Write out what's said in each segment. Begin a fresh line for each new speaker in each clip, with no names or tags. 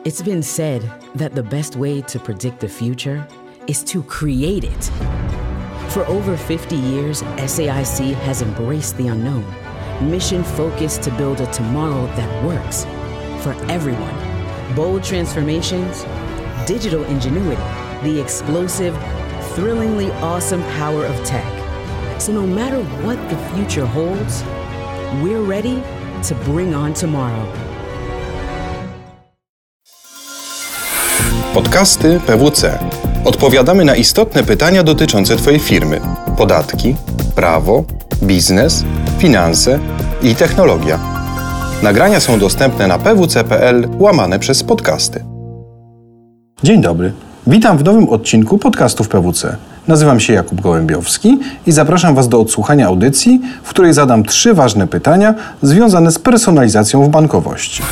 It's been said that the best way to predict the future is to create it. For over 50 years, SAIC has embraced the unknown, mission-focused to build a tomorrow that works for everyone. Bold transformations, digital ingenuity, the explosive, thrillingly awesome power of tech. So no matter what the future holds, we're ready to bring on tomorrow.
Podcasty PWC. Odpowiadamy na istotne pytania dotyczące Twojej firmy. Podatki, prawo, biznes, finanse i technologia. Nagrania są dostępne na pwc.pl/podcasty.
Dzień dobry. Witam w nowym odcinku podcastów PWC. Nazywam się Jakub Gołębiowski i zapraszam Was do odsłuchania audycji, w której zadam 3 ważne pytania związane z personalizacją w bankowości.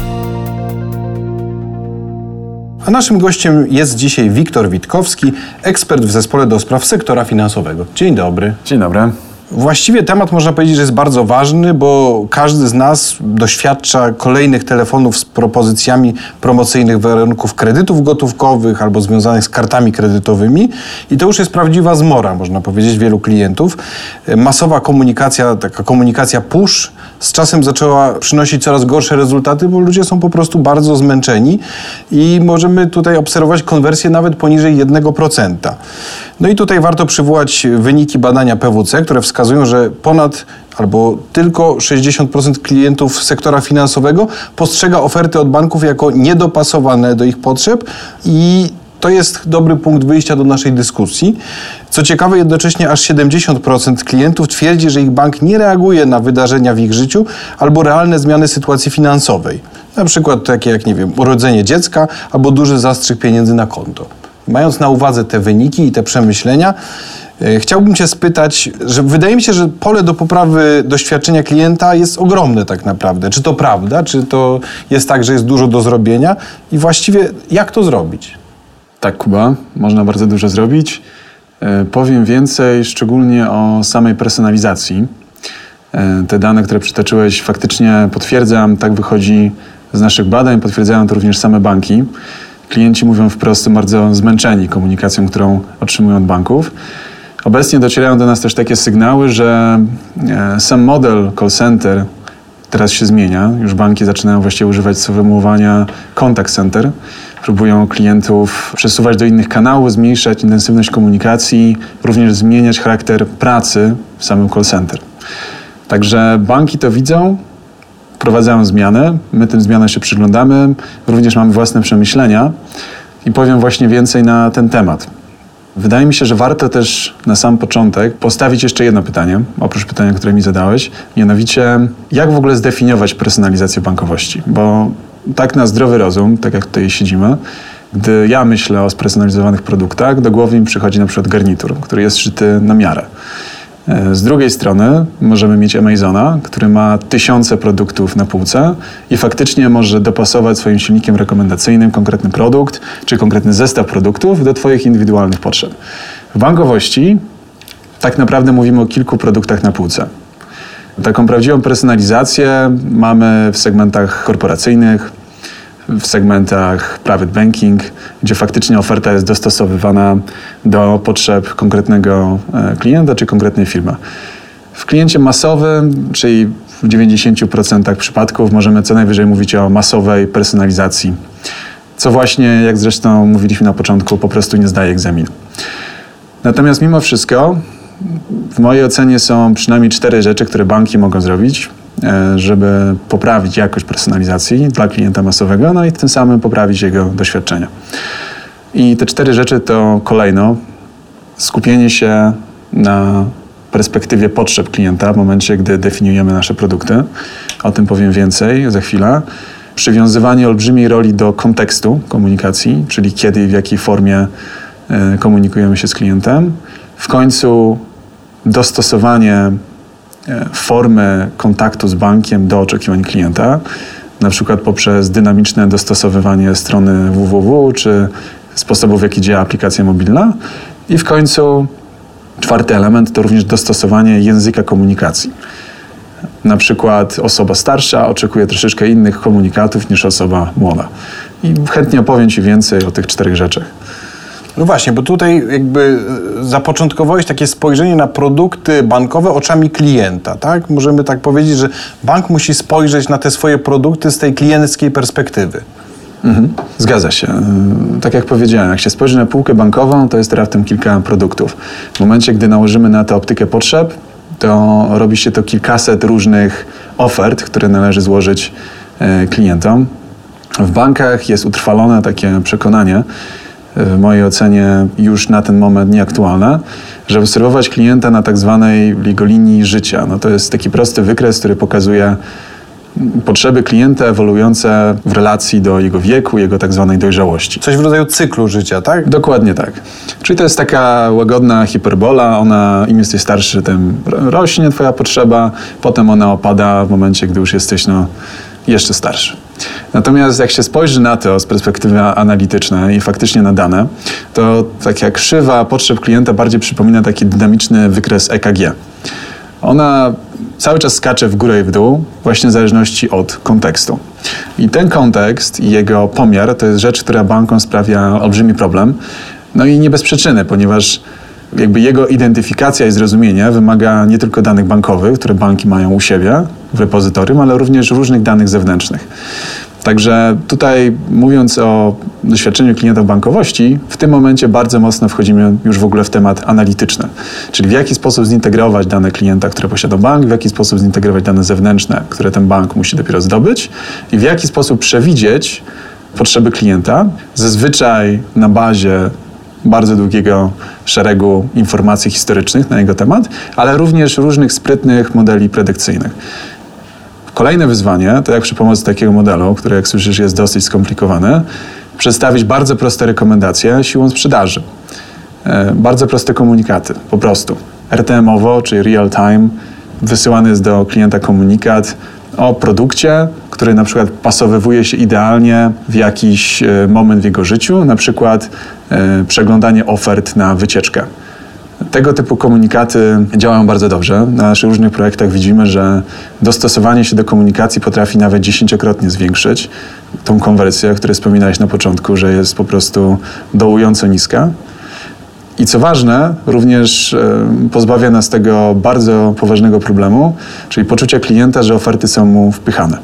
A naszym gościem jest dzisiaj Wiktor Witkowski, ekspert w zespole do spraw sektora finansowego. Dzień dobry.
Dzień dobry.
Właściwie temat można powiedzieć, że jest bardzo ważny, bo każdy z nas doświadcza kolejnych telefonów z propozycjami promocyjnych warunków kredytów gotówkowych albo związanych z kartami kredytowymi i to już jest prawdziwa zmora, można powiedzieć, wielu klientów. Masowa komunikacja, taka komunikacja push z czasem zaczęła przynosić coraz gorsze rezultaty, bo ludzie są po prostu bardzo zmęczeni i możemy tutaj obserwować konwersję nawet poniżej 1%. No i tutaj warto przywołać wyniki badania PWC, które wskazują, że ponad albo tylko 60% klientów sektora finansowego postrzega oferty od banków jako niedopasowane do ich potrzeb i to jest dobry punkt wyjścia do naszej dyskusji. Co ciekawe, jednocześnie aż 70% klientów twierdzi, że ich bank nie reaguje na wydarzenia w ich życiu albo realne zmiany sytuacji finansowej. Na przykład takie jak, urodzenie dziecka albo duży zastrzyk pieniędzy na konto. Mając na uwadze te wyniki i te przemyślenia, chciałbym Cię spytać, że wydaje mi się, że pole do poprawy doświadczenia klienta jest ogromne tak naprawdę. Czy to prawda? Czy to jest tak, że jest dużo do zrobienia? I właściwie jak to zrobić?
Tak, Kuba, można bardzo dużo zrobić. Powiem więcej szczególnie o samej personalizacji. Te dane, które przytoczyłeś, faktycznie potwierdzam, tak wychodzi z naszych badań, potwierdzają to również same banki. Klienci mówią wprost, bardzo zmęczeni komunikacją, którą otrzymują od banków. Obecnie docierają do nas też takie sygnały, że sam model call center teraz się zmienia. Już banki zaczynają właściwie używać sformułowania contact center. Próbują klientów przesuwać do innych kanałów, zmniejszać intensywność komunikacji, również zmieniać charakter pracy w samym call center. Także banki to widzą, wprowadzają zmiany, my tym zmianom się przyglądamy, również mamy własne przemyślenia i powiem właśnie więcej na ten temat. Wydaje mi się, że warto też na sam początek postawić jeszcze jedno pytanie, oprócz pytania, które mi zadałeś, mianowicie jak w ogóle zdefiniować personalizację bankowości, bo tak na zdrowy rozum, tak jak tutaj siedzimy, gdy ja myślę o spersonalizowanych produktach, do głowy mi przychodzi na przykład garnitur, który jest szyty na miarę. Z drugiej strony możemy mieć Amazona, który ma tysiące produktów na półce i faktycznie może dopasować swoim silnikiem rekomendacyjnym konkretny produkt czy konkretny zestaw produktów do Twoich indywidualnych potrzeb. W bankowości tak naprawdę mówimy o kilku produktach na półce. Taką prawdziwą personalizację mamy w segmentach korporacyjnych, w segmentach private banking, gdzie faktycznie oferta jest dostosowywana do potrzeb konkretnego klienta czy konkretnej firmy. W kliencie masowym, czyli w 90% przypadków możemy co najwyżej mówić o masowej personalizacji, co właśnie, jak zresztą mówiliśmy na początku, po prostu nie zdaje egzaminu. Natomiast mimo wszystko w mojej ocenie są przynajmniej 4 rzeczy, które banki mogą zrobić, żeby poprawić jakość personalizacji dla klienta masowego, no i tym samym poprawić jego doświadczenia. I te 4 rzeczy to kolejno skupienie się na perspektywie potrzeb klienta w momencie, gdy definiujemy nasze produkty. O tym powiem więcej za chwilę. Przywiązywanie olbrzymiej roli do kontekstu komunikacji, czyli kiedy i w jakiej formie komunikujemy się z klientem. W końcu dostosowanie formy kontaktu z bankiem do oczekiwań klienta, na przykład poprzez dynamiczne dostosowywanie strony www czy sposobów, w jaki działa aplikacja mobilna. I w końcu 4. element to również dostosowanie języka komunikacji. Na przykład osoba starsza oczekuje troszeczkę innych komunikatów niż osoba młoda. I chętnie opowiem Ci więcej o tych 4 rzeczach.
No właśnie, bo tutaj jakby zapoczątkowałeś takie spojrzenie na produkty bankowe oczami klienta, tak? Możemy tak powiedzieć, że bank musi spojrzeć na te swoje produkty z tej klienckiej perspektywy.
Zgadza się. Tak jak powiedziałem, jak się spojrzy na półkę bankową, to jest raptem kilka produktów. W momencie, gdy nałożymy na to optykę potrzeb, to robi się to kilkaset różnych ofert, które należy złożyć klientom. W bankach jest utrwalone takie przekonanie, w mojej ocenie już na ten moment nieaktualne, żeby obserwować klienta na tak zwanej jego linii życia. No to jest taki prosty wykres, który pokazuje potrzeby klienta ewoluujące w relacji do jego wieku, jego tak zwanej dojrzałości.
Coś w rodzaju cyklu życia, tak?
Dokładnie tak. Czyli to jest taka łagodna hiperbola, im jesteś starszy, tym rośnie twoja potrzeba, potem ona opada w momencie, gdy już jesteś jeszcze starszy. Natomiast jak się spojrzy na to z perspektywy analitycznej i faktycznie na dane, to tak jak krzywa potrzeb klienta bardziej przypomina taki dynamiczny wykres EKG. Ona cały czas skacze w górę i w dół, właśnie w zależności od kontekstu. I ten kontekst i jego pomiar to jest rzecz, która bankom sprawia olbrzymi problem. No i nie bez przyczyny, ponieważ jakby jego identyfikacja i zrozumienie wymaga nie tylko danych bankowych, które banki mają u siebie w repozytorium, ale również różnych danych zewnętrznych. Także tutaj mówiąc o doświadczeniu klienta w bankowości, w tym momencie bardzo mocno wchodzimy już w ogóle w temat analityczny. Czyli w jaki sposób zintegrować dane klienta, które posiada bank, w jaki sposób zintegrować dane zewnętrzne, które ten bank musi dopiero zdobyć i w jaki sposób przewidzieć potrzeby klienta, zazwyczaj na bazie bardzo długiego szeregu informacji historycznych na jego temat, ale również różnych sprytnych modeli predykcyjnych. Kolejne wyzwanie to jak przy pomocy takiego modelu, który jak słyszysz jest dosyć skomplikowany, przedstawić bardzo proste rekomendacje siłą sprzedaży. Bardzo proste komunikaty, po prostu. RTM-owo, czyli real time, wysyłany jest do klienta komunikat o produkcie, który na przykład pasowywuje się idealnie w jakiś moment w jego życiu, na przykład przeglądanie ofert na wycieczkę. Tego typu komunikaty działają bardzo dobrze. Na naszych różnych projektach widzimy, że dostosowanie się do komunikacji potrafi nawet 10-krotnie zwiększyć tą konwersję, o której wspominałeś na początku, że jest po prostu dołująco niska. I co ważne, również pozbawia nas tego bardzo poważnego problemu, czyli poczucia klienta, że oferty są mu wpychane.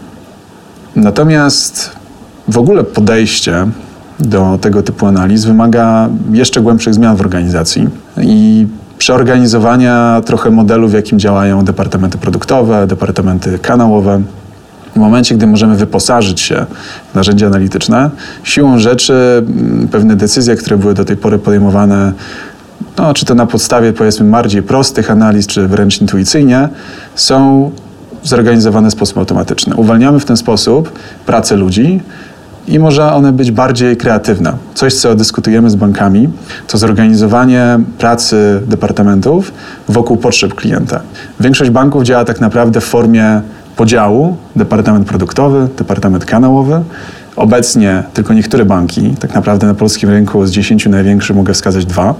Natomiast w ogóle podejście do tego typu analiz wymaga jeszcze głębszych zmian w organizacji i przeorganizowania trochę modelu, w jakim działają departamenty produktowe, departamenty kanałowe. W momencie, gdy możemy wyposażyć się w narzędzia analityczne, siłą rzeczy pewne decyzje, które były do tej pory podejmowane, czy to na podstawie powiedzmy bardziej prostych analiz, czy wręcz intuicyjnie, są zorganizowane w sposób automatyczny. Uwalniamy w ten sposób pracę ludzi i może one być bardziej kreatywne. Coś, co dyskutujemy z bankami, to zorganizowanie pracy departamentów wokół potrzeb klienta. Większość banków działa tak naprawdę w formie podziału, departament produktowy, departament kanałowy. Obecnie tylko niektóre banki, tak naprawdę na polskim rynku z 10 największych mogę wskazać 2.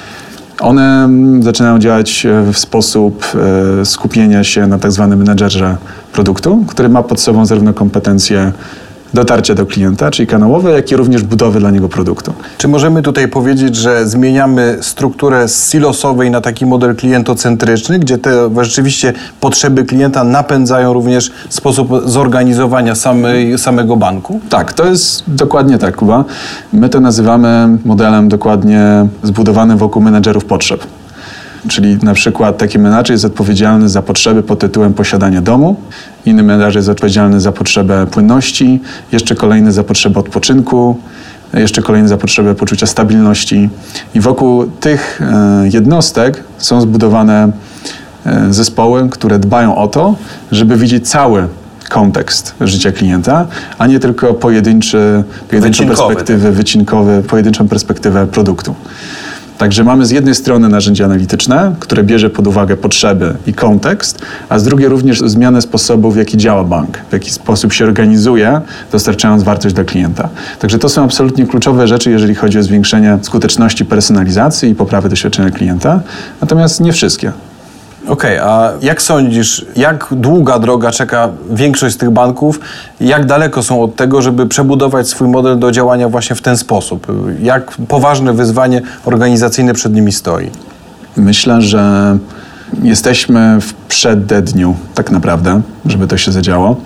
One zaczynają działać w sposób skupienia się na tak zwanym menedżerze produktu, który ma pod sobą zarówno kompetencje dotarcia do klienta, czyli kanałowe, jak i również budowy dla niego produktu.
Czy możemy tutaj powiedzieć, że zmieniamy strukturę z silosowej na taki model klientocentryczny, gdzie te rzeczywiście potrzeby klienta napędzają również sposób zorganizowania samego banku?
Tak, to jest dokładnie tak, Kuba. My to nazywamy modelem dokładnie zbudowanym wokół menedżerów potrzeb. Czyli na przykład taki menadżer jest odpowiedzialny za potrzeby pod tytułem posiadania domu, inny menadżer jest odpowiedzialny za potrzebę płynności, jeszcze kolejny za potrzebę odpoczynku, jeszcze kolejny za potrzebę poczucia stabilności. I wokół tych jednostek są zbudowane zespoły, które dbają o to, żeby widzieć cały kontekst życia klienta, a nie tylko pojedynczą perspektywę wycinkowy, pojedynczą perspektywę produktu. Także mamy z jednej strony narzędzie analityczne, które bierze pod uwagę potrzeby i kontekst, a z drugiej również zmianę sposobu, w jaki działa bank, w jaki sposób się organizuje, dostarczając wartość dla klienta. Także to są absolutnie kluczowe rzeczy, jeżeli chodzi o zwiększenie skuteczności personalizacji i poprawę doświadczenia klienta, natomiast nie wszystkie.
Okej, a jak sądzisz, jak długa droga czeka większość z tych banków? Jak daleko są od tego, żeby przebudować swój model do działania właśnie w ten sposób? Jak poważne wyzwanie organizacyjne przed nimi stoi?
Myślę, że jesteśmy w przededniu tak naprawdę, żeby to się zadziało.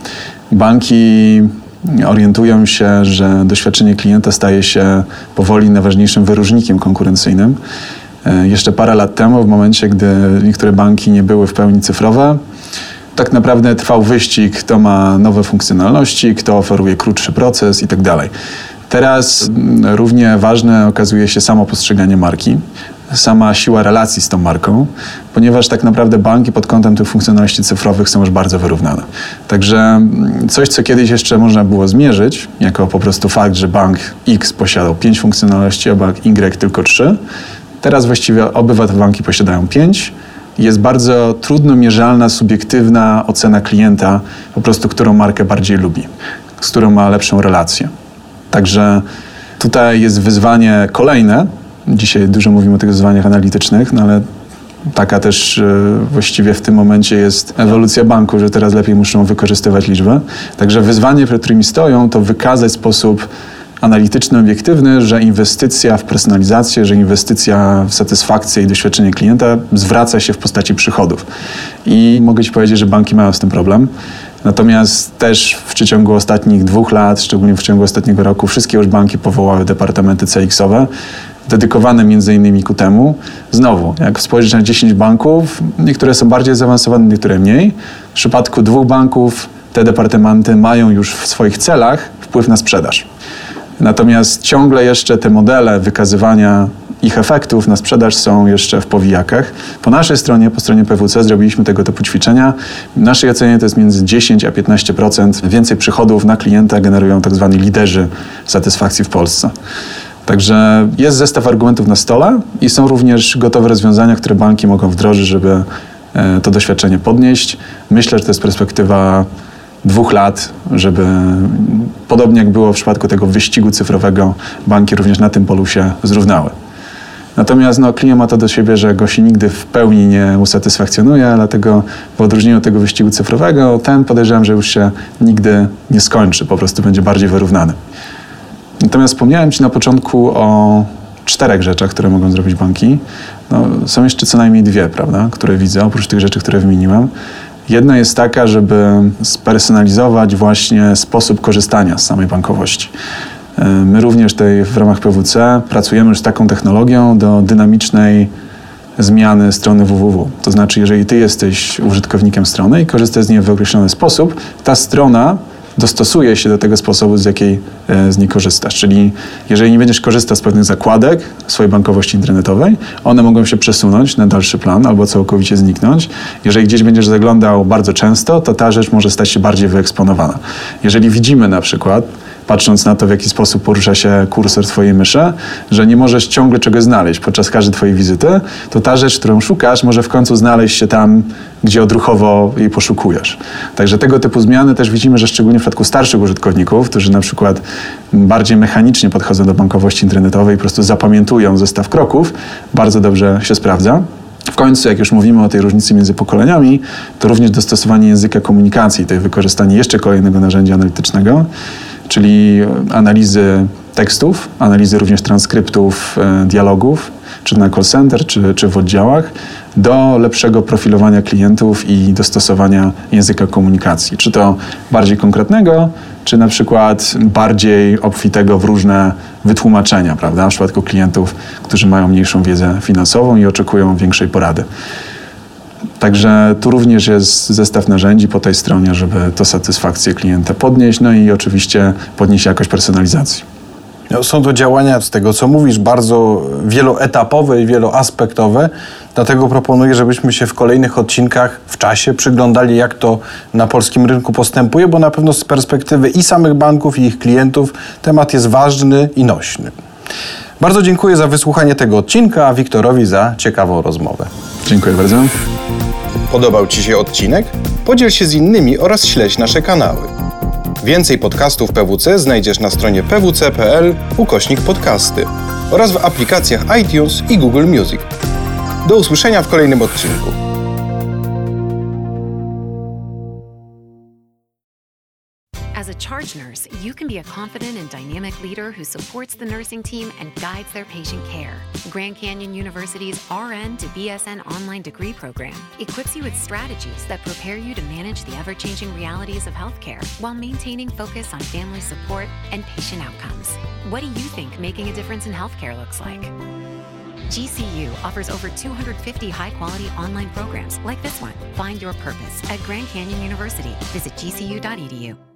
Banki orientują się, że doświadczenie klienta staje się powoli najważniejszym wyróżnikiem konkurencyjnym. Jeszcze parę lat temu, w momencie, gdy niektóre banki nie były w pełni cyfrowe, tak naprawdę trwał wyścig, kto ma nowe funkcjonalności, kto oferuje krótszy proces itd. Teraz równie ważne okazuje się samo postrzeganie marki, sama siła relacji z tą marką, ponieważ tak naprawdę banki pod kątem tych funkcjonalności cyfrowych są już bardzo wyrównane. Także coś, co kiedyś jeszcze można było zmierzyć, jako po prostu fakt, że bank X posiadał 5 funkcjonalności, a bank Y tylko 3, teraz właściwie obydwa banki posiadają 5. Jest bardzo trudno mierzalna, subiektywna ocena klienta, po prostu którą markę bardziej lubi, z którą ma lepszą relację. Także tutaj jest wyzwanie kolejne. Dzisiaj dużo mówimy o tych wyzwaniach analitycznych, no ale taka też właściwie w tym momencie jest ewolucja banku, że teraz lepiej muszą wykorzystywać liczbę. Także wyzwanie, przed którymi stoją, to wykazać w sposób analityczny, obiektywny, że inwestycja w personalizację, że inwestycja w satysfakcję i doświadczenie klienta zwraca się w postaci przychodów. I mogę Ci powiedzieć, że banki mają z tym problem. Natomiast też w przeciągu ostatnich 2 lat, szczególnie w przeciągu ostatniego roku, wszystkie już banki powołały departamenty CX-owe, dedykowane między innymi ku temu. Znowu, jak spojrzysz na 10 banków, niektóre są bardziej zaawansowane, niektóre mniej. W przypadku 2 banków te departamenty mają już w swoich celach wpływ na sprzedaż. Natomiast ciągle jeszcze te modele wykazywania ich efektów na sprzedaż są jeszcze w powijakach. Po naszej stronie, po stronie PWC zrobiliśmy tego typu ćwiczenia. W naszej ocenie to jest między 10 a 15% więcej przychodów na klienta generują tak zwani liderzy satysfakcji w Polsce. Także jest zestaw argumentów na stole i są również gotowe rozwiązania, które banki mogą wdrożyć, żeby to doświadczenie podnieść. Myślę, że to jest perspektywa 2 lat, żeby podobnie jak było w przypadku tego wyścigu cyfrowego, banki również na tym polu się zrównały. Natomiast klient ma to do siebie, że go się nigdy w pełni nie usatysfakcjonuje, dlatego w odróżnieniu od tego wyścigu cyfrowego, ten podejrzewam, że już się nigdy nie skończy, po prostu będzie bardziej wyrównany. Natomiast wspomniałem Ci na początku o 4 rzeczach, które mogą zrobić banki. Są jeszcze co najmniej 2, prawda, które widzę, oprócz tych rzeczy, które wymieniłem. Jedna jest taka, żeby spersonalizować właśnie sposób korzystania z samej bankowości. My również tutaj w ramach PWC pracujemy już z taką technologią do dynamicznej zmiany strony www. To znaczy, jeżeli Ty jesteś użytkownikiem strony i korzystasz z niej w określony sposób, ta strona dostosuje się do tego sposobu, z jakiej z niej korzystasz. Czyli jeżeli nie będziesz korzystał z pewnych zakładek swojej bankowości internetowej, one mogą się przesunąć na dalszy plan albo całkowicie zniknąć. Jeżeli gdzieś będziesz zaglądał bardzo często, to ta rzecz może stać się bardziej wyeksponowana. Jeżeli widzimy na przykład, patrząc na to, w jaki sposób porusza się kursor Twojej myszy, że nie możesz ciągle czegoś znaleźć podczas każdej Twojej wizyty, to ta rzecz, którą szukasz, może w końcu znaleźć się tam, gdzie odruchowo jej poszukujesz. Także tego typu zmiany też widzimy, że szczególnie w przypadku starszych użytkowników, którzy na przykład bardziej mechanicznie podchodzą do bankowości internetowej i po prostu zapamiętują zestaw kroków, bardzo dobrze się sprawdza. W końcu, jak już mówimy o tej różnicy między pokoleniami, to również dostosowanie języka komunikacji, to jest wykorzystanie jeszcze kolejnego narzędzia analitycznego, czyli analizy tekstów, analizy również transkryptów dialogów, czy na call center, czy w oddziałach, do lepszego profilowania klientów i dostosowania języka komunikacji. Czy to bardziej konkretnego, czy na przykład bardziej obfitego w różne wytłumaczenia, prawda? W przypadku klientów, którzy mają mniejszą wiedzę finansową i oczekują większej porady. Także tu również jest zestaw narzędzi po tej stronie, żeby to satysfakcję klienta podnieść, i oczywiście podnieść jakość personalizacji.
Są to działania, z tego co mówisz, bardzo wieloetapowe i wieloaspektowe, dlatego proponuję, żebyśmy się w kolejnych odcinkach w czasie przyglądali, jak to na polskim rynku postępuje, bo na pewno z perspektywy i samych banków, i ich klientów temat jest ważny i nośny. Bardzo dziękuję za wysłuchanie tego odcinka, a Wiktorowi za ciekawą rozmowę.
Dziękuję bardzo.
Podobał Ci się odcinek? Podziel się z innymi oraz śledź nasze kanały. Więcej podcastów PWC znajdziesz na stronie pwc.pl/podcasty oraz w aplikacjach iTunes i Google Music. Do usłyszenia w kolejnym odcinku.
charge nurse, you can be a confident and dynamic leader who supports the nursing team and guides their patient care. Grand Canyon University's RN to BSN online degree program equips you with strategies that prepare you to manage the ever-changing realities of healthcare while maintaining focus on family support and patient outcomes. What do you think making a difference in healthcare looks like? GCU offers over 250 high-quality online programs like this one. Find your purpose at Grand Canyon University. Visit gcu.edu.